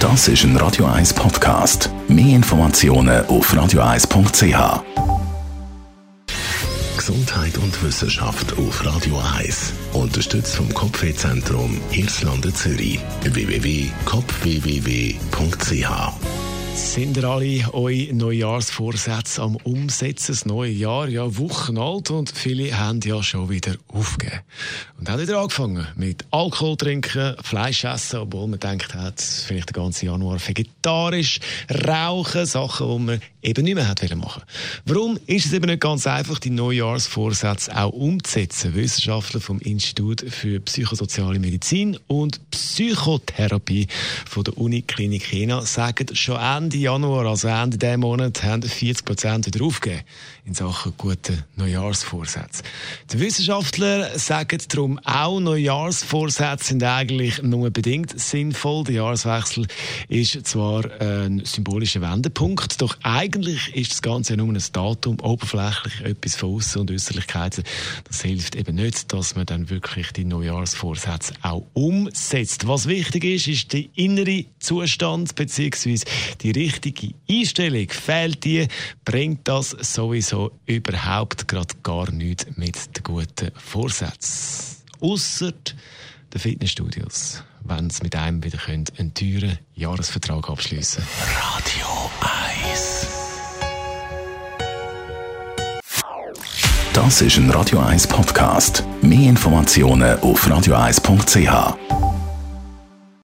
Das ist ein Radio 1 Podcast. Mehr Informationen auf radio1.ch. Gesundheit und Wissenschaft auf Radio 1. Unterstützt vom Kopfwehzentrum Irlande Zürich. www.kopfwww.ch. Sind ihr alle eure Neujahrsvorsätze am Umsetzen? Das neue Jahr, ja, Wochen alt, und viele haben ja schon wieder aufgegeben. Und haben wieder angefangen mit Alkohol trinken, Fleisch essen, obwohl man denkt, vielleicht den ganzen Januar vegetarisch, rauchen, Sachen, die man eben nicht mehr machen wollte. Warum ist es eben nicht ganz einfach, die Neujahrsvorsätze auch umzusetzen? Wissenschaftler vom Institut für psychosoziale Medizin und Psychotherapie von der Uniklinik Jena sagen, schon Ende Januar, also Ende dieses Monat, haben 40% wieder aufgegeben in Sachen guten Neujahrsvorsätze. Die Wissenschaftler sagen darum auch, Neujahrsvorsätze sind eigentlich nur bedingt sinnvoll. Der Jahreswechsel ist zwar ein symbolischer Wendepunkt, doch eigentlich ist das Ganze ja nur ein Datum, oberflächlich etwas von Aussen und Äußerlichkeiten. Das hilft eben nicht, dass man dann wirklich die Neujahrsvorsätze auch umsetzt. Was wichtig ist, ist der innere Zustand bzw. die richtige Einstellung. Fehlt die, bringt das sowieso überhaupt gerade gar nichts mit den guten Vorsätzen. Ausser den Fitnessstudios, wenn sie mit einem wieder einen teuren Jahresvertrag abschliessen können. Radio 1. Das ist ein Radio 1 Podcast. Mehr Informationen auf radio1.ch.